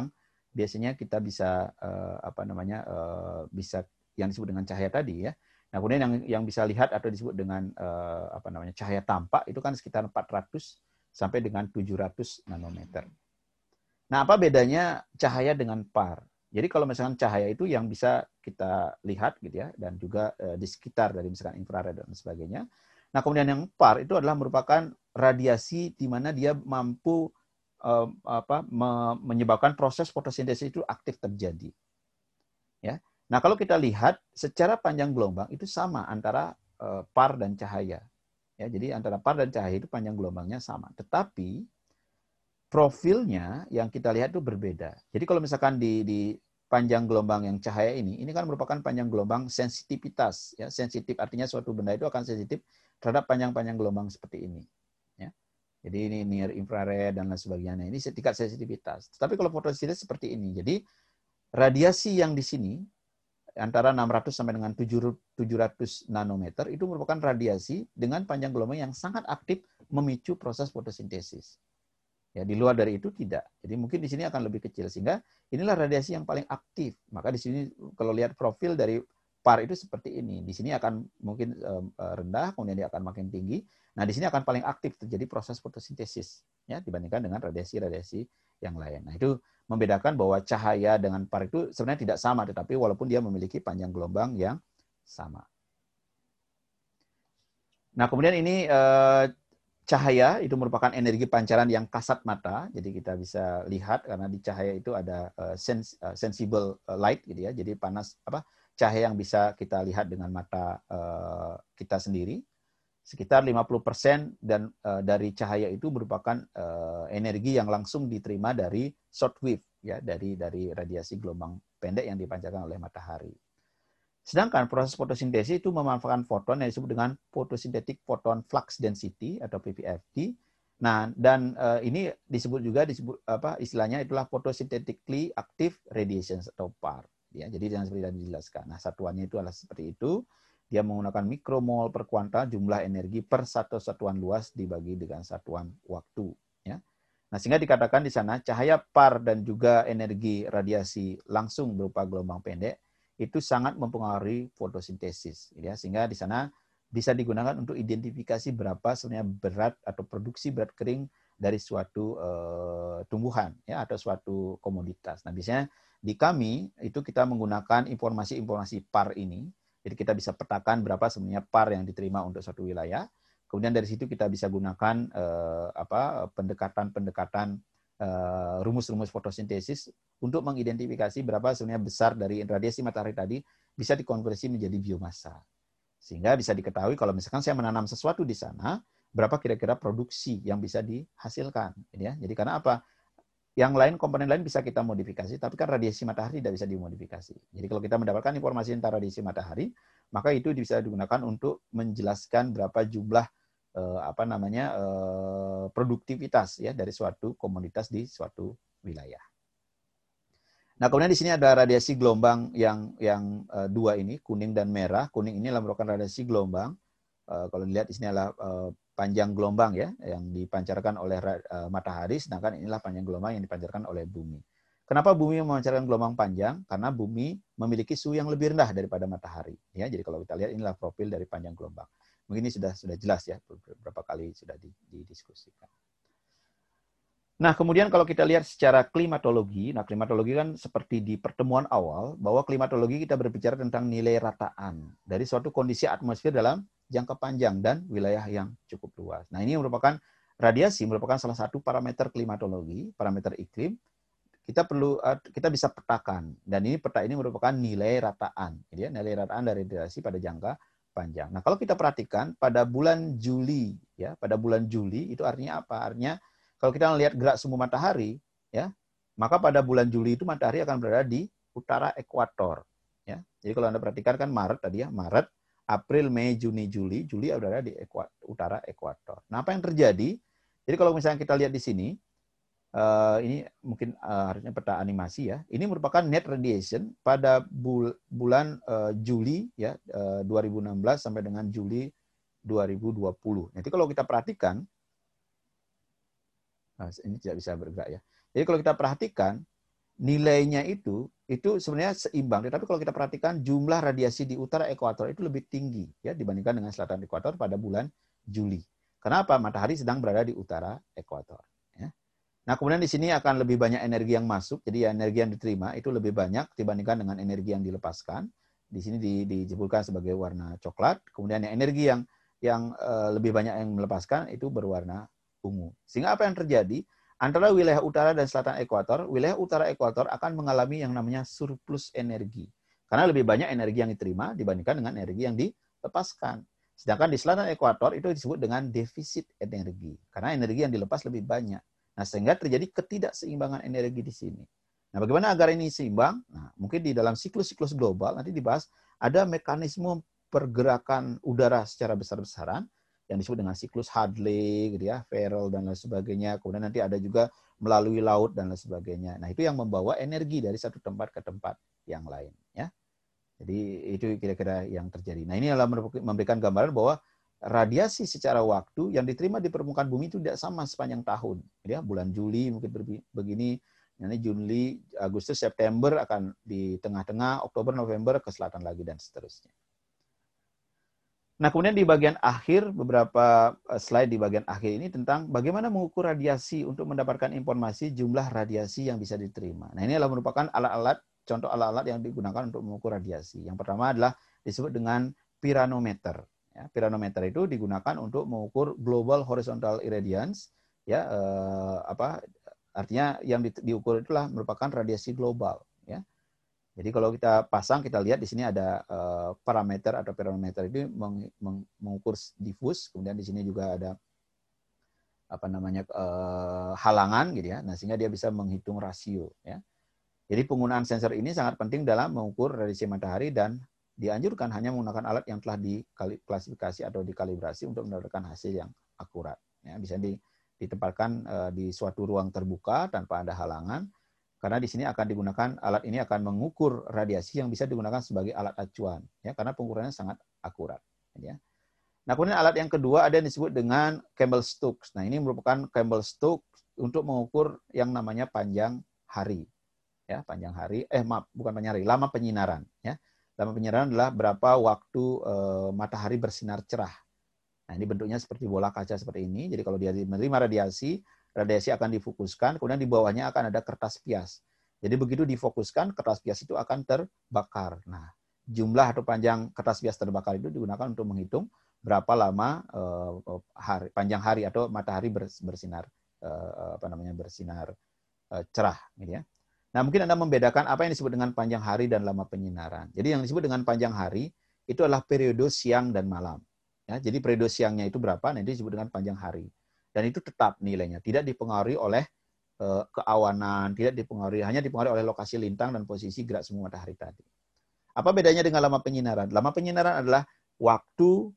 biasanya kita bisa uh, apa namanya uh, bisa yang disebut dengan cahaya tadi ya. Nah, kemudian yang yang bisa lihat atau disebut dengan uh, apa namanya cahaya tampak itu kan sekitar empat ratus sampai dengan tujuh ratus nanometer. Nah, apa bedanya cahaya dengan par? Jadi kalau misalkan cahaya itu yang bisa kita lihat gitu ya, dan juga uh, di sekitar dari misalkan infrared dan sebagainya. Nah, kemudian yang par itu adalah merupakan radiasi di mana dia mampu uh, apa, me menyebabkan proses fotosintesis itu aktif terjadi. Ya. Nah, kalau kita lihat secara panjang gelombang itu sama antara uh, par dan cahaya. Ya, jadi antara par dan cahaya itu panjang gelombangnya sama. Tetapi profilnya yang kita lihat itu berbeda. Jadi kalau misalkan di, di panjang gelombang yang cahaya ini, ini kan merupakan panjang gelombang sensitivitas. Ya, sensitif artinya suatu benda itu akan sensitif terhadap panjang-panjang gelombang seperti ini. Ya. Jadi ini near infrared dan lain sebagainya. Ini tingkat sensitivitas. Tapi kalau fotosintesis seperti ini. Jadi radiasi yang di sini antara enam ratus sampai dengan tujuh ratus nanometer itu merupakan radiasi dengan panjang gelombang yang sangat aktif memicu proses fotosintesis. Ya, di luar dari itu tidak. Jadi mungkin di sini akan lebih kecil sehingga inilah radiasi yang paling aktif. Maka di sini kalau lihat profil dari par itu seperti ini. Di sini akan mungkin rendah, kemudian dia akan makin tinggi. Nah, di sini akan paling aktif terjadi proses fotosintesis ya dibandingkan dengan radiasi-radiasi yang lain. Nah, itu membedakan bahwa cahaya dengan par itu sebenarnya tidak sama, tetapi walaupun dia memiliki panjang gelombang yang sama. Nah, kemudian ini eh, cahaya itu merupakan energi pancaran yang kasat mata, jadi kita bisa lihat karena di cahaya itu ada uh, sens, uh, sensible light gitu ya, jadi panas apa cahaya yang bisa kita lihat dengan mata uh, kita sendiri. Sekitar lima puluh persen dan uh, dari cahaya itu merupakan uh, energi yang langsung diterima dari short wave ya, dari dari radiasi gelombang pendek yang dipancarkan oleh matahari. Sedangkan proses fotosintesis itu memanfaatkan foton yang disebut dengan photosynthetic photon flux density atau P P F D. Nah, dan uh, ini disebut juga disebut apa istilahnya itulah photosynthetically active radiation atau P A R. Ya, jadi yang seperti tadi dijelaskan. Nah, satuannya itu adalah seperti itu. Dia menggunakan mikromol per kuantal jumlah energi per satu satuan luas dibagi dengan satuan waktu. Ya. Nah, sehingga dikatakan di sana cahaya P A R dan juga energi radiasi langsung berupa gelombang pendek itu sangat mempengaruhi fotosintesis, ya, sehingga di sana bisa digunakan untuk identifikasi berapa sebenarnya berat atau produksi berat kering dari suatu uh, tumbuhan, ya, atau suatu komoditas. Nah, biasanya di kami itu kita menggunakan informasi-informasi P A R ini, jadi kita bisa petakan berapa sebenarnya P A R yang diterima untuk suatu wilayah. Kemudian dari situ kita bisa gunakan uh, apa pendekatan-pendekatan rumus-rumus fotosintesis untuk mengidentifikasi berapa sebenarnya besar dari radiasi matahari tadi bisa dikonversi menjadi biomasa. Sehingga bisa diketahui kalau misalkan saya menanam sesuatu di sana, berapa kira-kira produksi yang bisa dihasilkan. Ya. Jadi karena apa? Yang lain, komponen lain bisa kita modifikasi, tapi kan radiasi matahari tidak bisa dimodifikasi. Jadi kalau kita mendapatkan informasi tentang radiasi matahari, maka itu bisa digunakan untuk menjelaskan berapa jumlah Eh, apa namanya eh, produktivitas ya dari suatu komoditas di suatu wilayah. Nah, kemudian di sini ada radiasi gelombang yang yang uh, dua ini, kuning dan merah. Kuning ini adalah merupakan radiasi gelombang. Uh, kalau dilihat di sini adalah uh, panjang gelombang ya yang dipancarkan oleh uh, matahari, sedangkan inilah panjang gelombang yang dipancarkan oleh bumi. Kenapa bumi memancarkan gelombang panjang? Karena bumi memiliki suhu yang lebih rendah daripada matahari. Ya, jadi kalau kita lihat inilah profil dari panjang gelombang. Mungkin ini sudah sudah jelas ya, beberapa kali sudah didiskusikan. Nah, kemudian kalau kita lihat secara klimatologi, nah klimatologi kan seperti di pertemuan awal, bahwa klimatologi kita berbicara tentang nilai rataan dari suatu kondisi atmosfer dalam jangka panjang dan wilayah yang cukup luas. Nah, ini merupakan radiasi, merupakan salah satu parameter klimatologi, parameter iklim. Kita perlu kita bisa petakan, dan ini peta ini merupakan nilai rataan, ya, nilai rataan dari radiasi pada jangka panjang. Nah, kalau kita perhatikan pada bulan Juli, ya, pada bulan Juli itu artinya apa? Artinya kalau kita melihat gerak semu matahari, ya, maka pada bulan Juli itu matahari akan berada di utara ekuator, ya. Jadi kalau Anda perhatikan kan Maret tadi ya, Maret, April, Mei, Juni, Juli, Juli berada di ekuator, utara ekuator. Nah, apa yang terjadi? Jadi kalau misalnya kita lihat di sini, Uh, ini mungkin uh, harusnya peta animasi ya. Ini merupakan net radiation pada bul bulan uh, Juli ya uh, dua ribu enam belas sampai dengan Juli dua ribu dua puluh. Nanti kalau kita perhatikan, nah, ini tidak bisa bergerak ya. Jadi kalau kita perhatikan nilainya itu itu sebenarnya seimbang. Tetapi kalau kita perhatikan jumlah radiasi di utara ekuator itu lebih tinggi ya dibandingkan dengan selatan ekuator pada bulan Juli. Kenapa? Matahari sedang berada di utara ekuator. Ya. Nah kemudian di sini akan lebih banyak energi yang masuk. Jadi ya, energi yang diterima itu lebih banyak dibandingkan dengan energi yang dilepaskan. Di sini di, disebutkan sebagai warna coklat. Kemudian yang energi yang yang uh, lebih banyak yang melepaskan itu berwarna ungu. Sehingga apa yang terjadi? Antara wilayah utara dan selatan ekuator, wilayah utara ekuator akan mengalami yang namanya surplus energi. Karena lebih banyak energi yang diterima dibandingkan dengan energi yang dilepaskan. Sedangkan di selatan ekuator itu disebut dengan defisit energi. Karena energi yang dilepas lebih banyak. Nah, sehingga terjadi ketidakseimbangan energi di sini. Nah, bagaimana agar ini seimbang? Nah, mungkin di dalam siklus-siklus global, nanti dibahas, ada mekanisme pergerakan udara secara besar-besaran, yang disebut dengan siklus Hadley, gitu ya, Ferrel dan lain sebagainya. Kemudian nanti ada juga melalui laut dan lain sebagainya. Nah, itu yang membawa energi dari satu tempat ke tempat yang lain, ya. Jadi itu kira-kira yang terjadi. Nah, ini adalah memberikan gambaran bahwa radiasi secara waktu yang diterima di permukaan bumi itu tidak sama sepanjang tahun. Ya, bulan Juli mungkin begini, nanti Juli, Agustus, September akan di tengah-tengah, Oktober, November ke selatan lagi dan seterusnya. Nah, kemudian di bagian akhir, beberapa slide di bagian akhir ini tentang bagaimana mengukur radiasi untuk mendapatkan informasi jumlah radiasi yang bisa diterima. Nah, ini adalah merupakan alat-alat, contoh alat-alat yang digunakan untuk mengukur radiasi. Yang pertama adalah disebut dengan piranometer. Ya, piranometer itu digunakan untuk mengukur global horizontal irradiance. Ya, eh, apa artinya yang di, diukur itulah merupakan radiasi global. Ya. Jadi kalau kita pasang, kita lihat di sini ada uh, parameter atau piranometer ini meng, meng, mengukur difus, kemudian di sini juga ada apa namanya uh, halangan gitu ya. Nah, sehingga dia bisa menghitung rasio ya. Jadi penggunaan sensor ini sangat penting dalam mengukur radiasi matahari dan dianjurkan hanya menggunakan alat yang telah diklasifikasi atau dikalibrasi untuk mendapatkan hasil yang akurat ya. Bisa ditempatkan uh, di suatu ruang terbuka tanpa ada halangan. Karena di sini akan digunakan, alat ini akan mengukur radiasi yang bisa digunakan sebagai alat acuan, ya, karena pengukurannya sangat akurat. Ya. Nah, kemudian alat yang kedua ada yang disebut dengan Campbell-Stokes. Nah, ini merupakan Campbell-Stokes untuk mengukur yang namanya panjang hari, ya, panjang hari, eh maaf, bukan panjang hari, lama penyinaran. Ya. Lama penyinaran adalah berapa waktu eh, matahari bersinar cerah. Nah, ini bentuknya seperti bola kaca seperti ini. Jadi kalau dia menerima radiasi, radiasi akan difokuskan, kemudian di bawahnya akan ada kertas pias. Jadi begitu difokuskan, kertas pias itu akan terbakar. Nah, jumlah atau panjang kertas pias terbakar itu digunakan untuk menghitung berapa lama uh, hari, panjang hari atau matahari bersinar uh, apa namanya bersinar uh, cerah, gitu ya. Nah, mungkin Anda membedakan apa yang disebut dengan panjang hari dan lama penyinaran. Jadi yang disebut dengan panjang hari itu adalah periode siang dan malam. Ya, jadi periode siangnya itu berapa? Nah, itu disebut dengan panjang hari. Dan itu tetap nilainya, tidak dipengaruhi oleh uh, keawanan, tidak dipengaruhi, hanya dipengaruhi oleh lokasi lintang dan posisi gerak semu matahari tadi. Apa bedanya dengan lama penyinaran? Lama penyinaran adalah waktu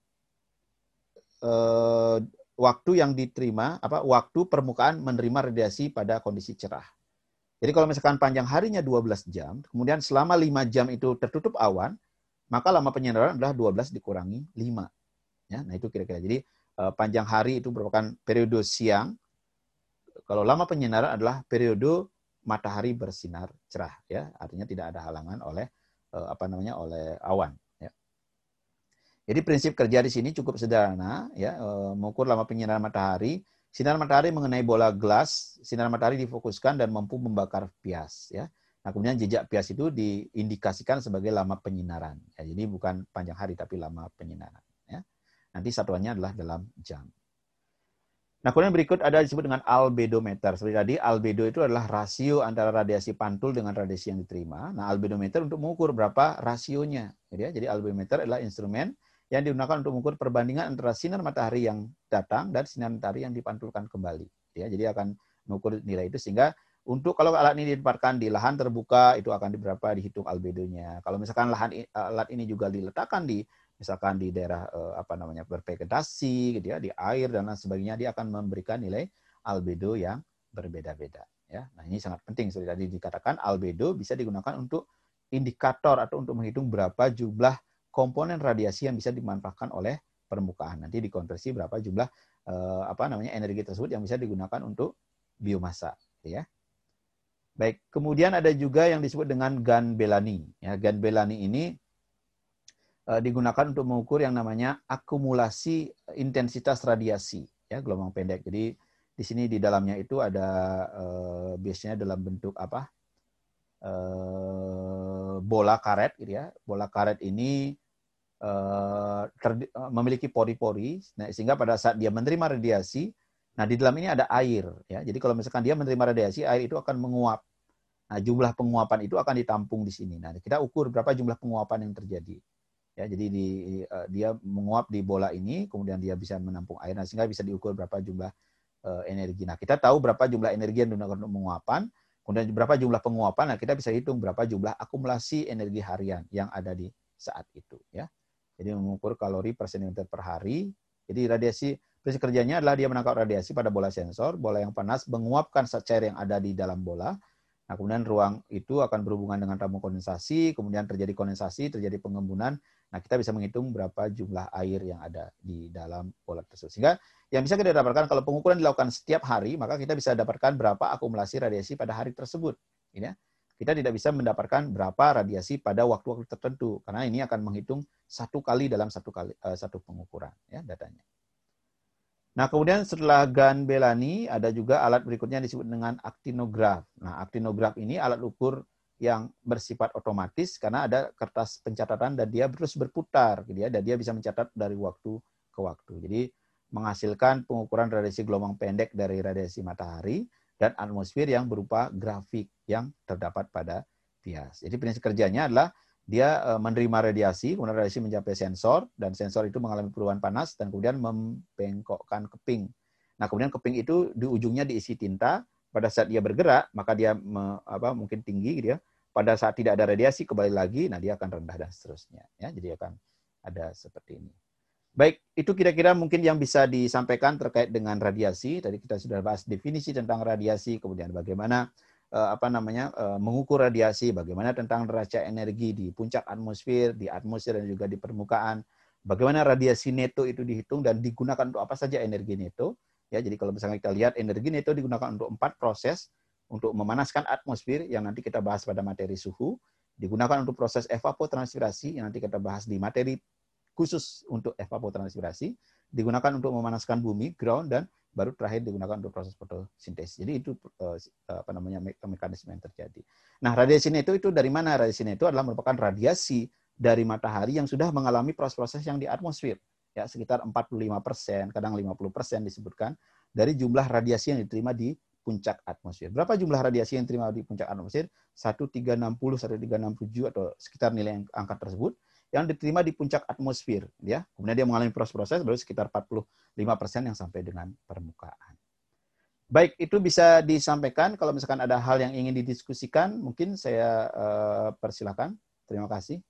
uh, waktu yang diterima, apa waktu permukaan menerima radiasi pada kondisi cerah. Jadi kalau misalkan panjang harinya dua belas jam, kemudian selama lima jam itu tertutup awan, maka lama penyinaran adalah dua belas dikurangi lima. Ya, nah itu kira-kira. Jadi panjang hari itu merupakan periode siang. Kalau lama penyinaran adalah periode matahari bersinar cerah, ya, artinya tidak ada halangan oleh apa namanya oleh awan. Ya. Jadi prinsip kerja di sini cukup sederhana, ya, mengukur lama penyinaran matahari. Sinar matahari mengenai bola gelas, sinar matahari difokuskan dan mampu membakar pias, ya. Nah, kemudian jejak pias itu diindikasikan sebagai lama penyinaran. Ya, jadi bukan panjang hari tapi lama penyinaran. Ya. Nanti satuannya adalah dalam jam. Nah, kemudian berikut ada disebut dengan albedometer. Seperti tadi, albedo itu adalah rasio antara radiasi pantul dengan radiasi yang diterima. Nah, albedometer untuk mengukur berapa rasionya. Jadi albedometer adalah instrumen yang digunakan untuk mengukur perbandingan antara sinar matahari yang datang dan sinar matahari yang dipantulkan kembali. Ya, jadi akan mengukur nilai itu sehingga untuk kalau alat ini ditempatkan di lahan terbuka itu akan berapa dihitung albedonya. Kalau misalkan lahan alat ini juga diletakkan di misalkan di daerah eh, apa namanya bervegetasi gitu ya, di air dan lain sebagainya, dia akan memberikan nilai albedo yang berbeda-beda ya. Nah, ini sangat penting seperti tadi dikatakan albedo bisa digunakan untuk indikator atau untuk menghitung berapa jumlah komponen radiasi yang bisa dimanfaatkan oleh permukaan. Nanti dikonversi berapa jumlah eh, apa namanya energi tersebut yang bisa digunakan untuk biomasa ya. Baik, kemudian ada juga yang disebut dengan Gunn Bellany. Ya, Gunn Bellany ini uh, digunakan untuk mengukur yang namanya akumulasi intensitas radiasi, ya, gelombang pendek. Jadi di sini di dalamnya itu ada uh, biasanya dalam bentuk apa? Uh, bola karet, gitu ya. Bola karet ini uh, ter, uh, memiliki pori-pori, nah, sehingga pada saat dia menerima radiasi, nah di dalam ini ada air, ya. Jadi kalau misalkan dia menerima radiasi, air itu akan menguap. Nah, jumlah penguapan itu akan ditampung di sini. Nah, kita ukur berapa jumlah penguapan yang terjadi. Ya, jadi di, uh, dia menguap di bola ini, kemudian dia bisa menampung air, nah, sehingga bisa diukur berapa jumlah uh, energi. Nah, kita tahu berapa jumlah energi yang digunakan untuk penguapan, kemudian berapa jumlah penguapan, nah kita bisa hitung berapa jumlah akumulasi energi harian yang ada di saat itu. Ya, jadi mengukur kalori per sentimeter per hari. Jadi radiasi, prinsip kerjanya adalah dia menangkap radiasi pada bola sensor, bola yang panas menguapkan zat cair yang ada di dalam bola. Nah, kemudian ruang itu akan berhubungan dengan tabung kondensasi, kemudian terjadi kondensasi, terjadi pengembunan. Nah, kita bisa menghitung berapa jumlah air yang ada di dalam bola tersebut. Sehingga yang bisa kita dapatkan kalau pengukuran dilakukan setiap hari, maka kita bisa dapatkan berapa akumulasi radiasi pada hari tersebut. Ya. Kita tidak bisa mendapatkan berapa radiasi pada waktu-waktu tertentu, karena ini akan menghitung satu kali dalam satu kali uh, satu pengukuran, ya, datanya. Nah, kemudian setelah Gunn Bellany, ada juga alat berikutnya yang disebut dengan aktinograf. Nah, aktinograf ini alat ukur yang bersifat otomatis karena ada kertas pencatatan dan dia terus berputar, gitu ya, dan dia bisa mencatat dari waktu ke waktu. Jadi, menghasilkan pengukuran radiasi gelombang pendek dari radiasi matahari dan atmosfer yang berupa grafik yang terdapat pada bias. Jadi, prinsip kerjanya adalah dia menerima radiasi, kemudian radiasi mencapai sensor, dan sensor itu mengalami perubahan panas, dan kemudian membengkokkan keping. Nah, kemudian keping itu di ujungnya diisi tinta, pada saat dia bergerak, maka dia me, apa, mungkin tinggi, gitu ya. Pada saat tidak ada radiasi, kembali lagi, nah dia akan rendah, dan seterusnya. Ya, jadi akan ada seperti ini. Baik, itu kira-kira mungkin yang bisa disampaikan terkait dengan radiasi. Tadi kita sudah bahas definisi tentang radiasi, kemudian bagaimana apa namanya mengukur radiasi, bagaimana tentang neraca energi di puncak atmosfer, di atmosfer dan juga di permukaan, bagaimana radiasi neto itu dihitung dan digunakan untuk apa saja energi neto. Ya, jadi kalau misalnya kita lihat energi neto digunakan untuk empat proses, untuk memanaskan atmosfer yang nanti kita bahas pada materi suhu, digunakan untuk proses evapotranspirasi yang nanti kita bahas di materi khusus untuk evapotranspirasi, digunakan untuk memanaskan bumi, ground, dan baru terakhir digunakan untuk proses fotosintesis. Jadi itu uh, apa namanya me mekanisme yang terjadi. Nah, radiasi neto itu dari mana? Radiasi neto adalah merupakan radiasi dari matahari yang sudah mengalami proses-proses yang di atmosfer. Ya, sekitar empat puluh lima persen, kadang lima puluh persen disebutkan dari jumlah radiasi yang diterima di puncak atmosfer. Berapa jumlah radiasi yang diterima di puncak atmosfer? seribu tiga ratus enam puluh, seribu tiga ratus enam puluh tujuh atau sekitar nilai angka tersebut yang diterima di puncak atmosfer, ya. Kemudian dia mengalami proses-proses baru sekitar empat puluh lima persen yang sampai dengan permukaan. Baik, itu bisa disampaikan. Kalau misalkan ada hal yang ingin didiskusikan, mungkin saya uh, persilakan. Terima kasih.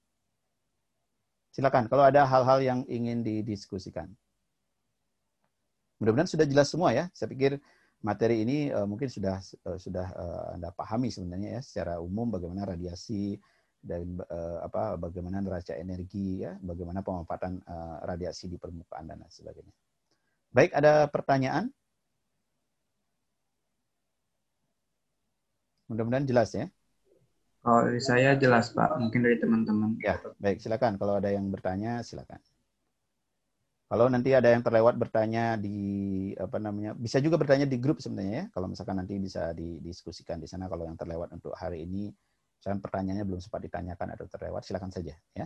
Silakan kalau ada hal-hal yang ingin didiskusikan. Mudah-mudahan sudah jelas semua, ya. Saya pikir materi ini uh, mungkin sudah uh, sudah uh, Anda pahami sebenarnya, ya, secara umum bagaimana radiasi dan uh, apa bagaimana neraca energi, ya, bagaimana pemanfaatan uh, radiasi di permukaan dan lain sebagainya. Baik, ada pertanyaan? Mudah-mudahan jelas, ya. Kalau dari saya jelas, Pak. Mungkin dari teman-teman. Ya, baik, silakan. Kalau ada yang bertanya, silakan. Kalau nanti ada yang terlewat bertanya di apa namanya, bisa juga bertanya di grup sebenarnya, ya. Kalau misalkan nanti bisa didiskusikan di sana. Kalau yang terlewat untuk hari ini, misalkan pertanyaannya belum sempat ditanyakan atau terlewat, silakan saja, ya.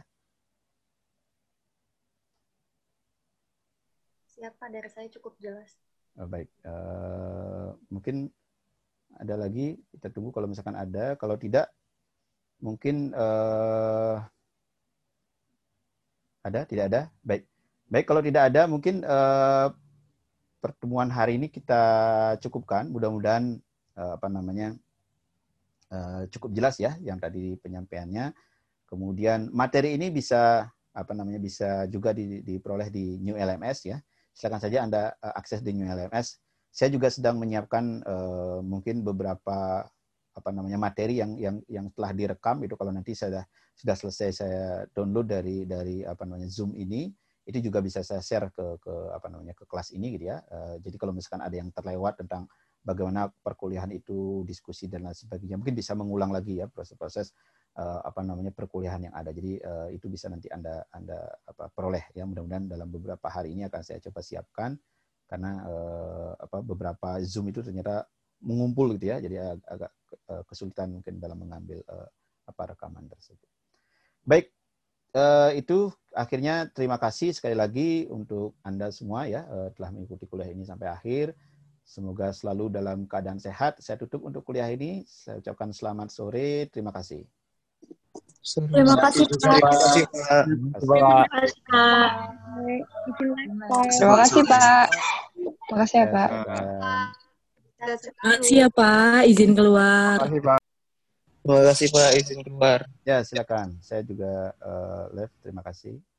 Siapa dari saya cukup jelas. Oh, baik, uh, mungkin ada lagi, kita tunggu kalau misalkan ada. Kalau tidak, mungkin uh, ada, tidak ada. Baik, baik kalau tidak ada, mungkin uh, pertemuan hari ini kita cukupkan. Mudah-mudahan uh, apa namanya uh, cukup jelas, ya, yang tadi penyampaiannya. Kemudian materi ini bisa apa namanya bisa juga di, diperoleh di New L M S, ya. Silakan saja Anda uh, akses di New L M S. Saya juga sedang menyiapkan uh, mungkin beberapa apa namanya materi yang yang yang telah direkam itu, kalau nanti saya sudah selesai saya download dari dari apa namanya Zoom ini, itu juga bisa saya share ke ke apa namanya ke kelas ini, gitu ya. Uh, jadi kalau misalkan ada yang terlewat tentang bagaimana perkuliahan itu, diskusi dan lain sebagainya. Mungkin bisa mengulang lagi ya proses-proses uh, apa namanya perkuliahan yang ada. Jadi uh, itu bisa nanti Anda Anda apa peroleh ya. Mudah-mudahan dalam beberapa hari ini akan saya coba siapkan karena uh, apa beberapa Zoom itu ternyata mengumpul gitu ya. Jadi ag agak uh, kesulitan mungkin dalam mengambil uh, apa rekaman tersebut. Baik, uh, itu akhirnya terima kasih sekali lagi untuk Anda semua ya uh, telah mengikuti kuliah ini sampai akhir. Semoga selalu dalam keadaan sehat. Saya tutup untuk kuliah ini. Saya ucapkan selamat sore. Terima kasih. Terima kasih, Pak. Terima kasih, Pak. Terima kasih, Pak. Terima kasih, Pak. Terima kasih ya, Pak. Makasih ya Pak, izin keluar. Terima kasih, Pak. Terima kasih, Pak. Izin keluar. Ya, silakan. Saya juga uh, live. Terima kasih.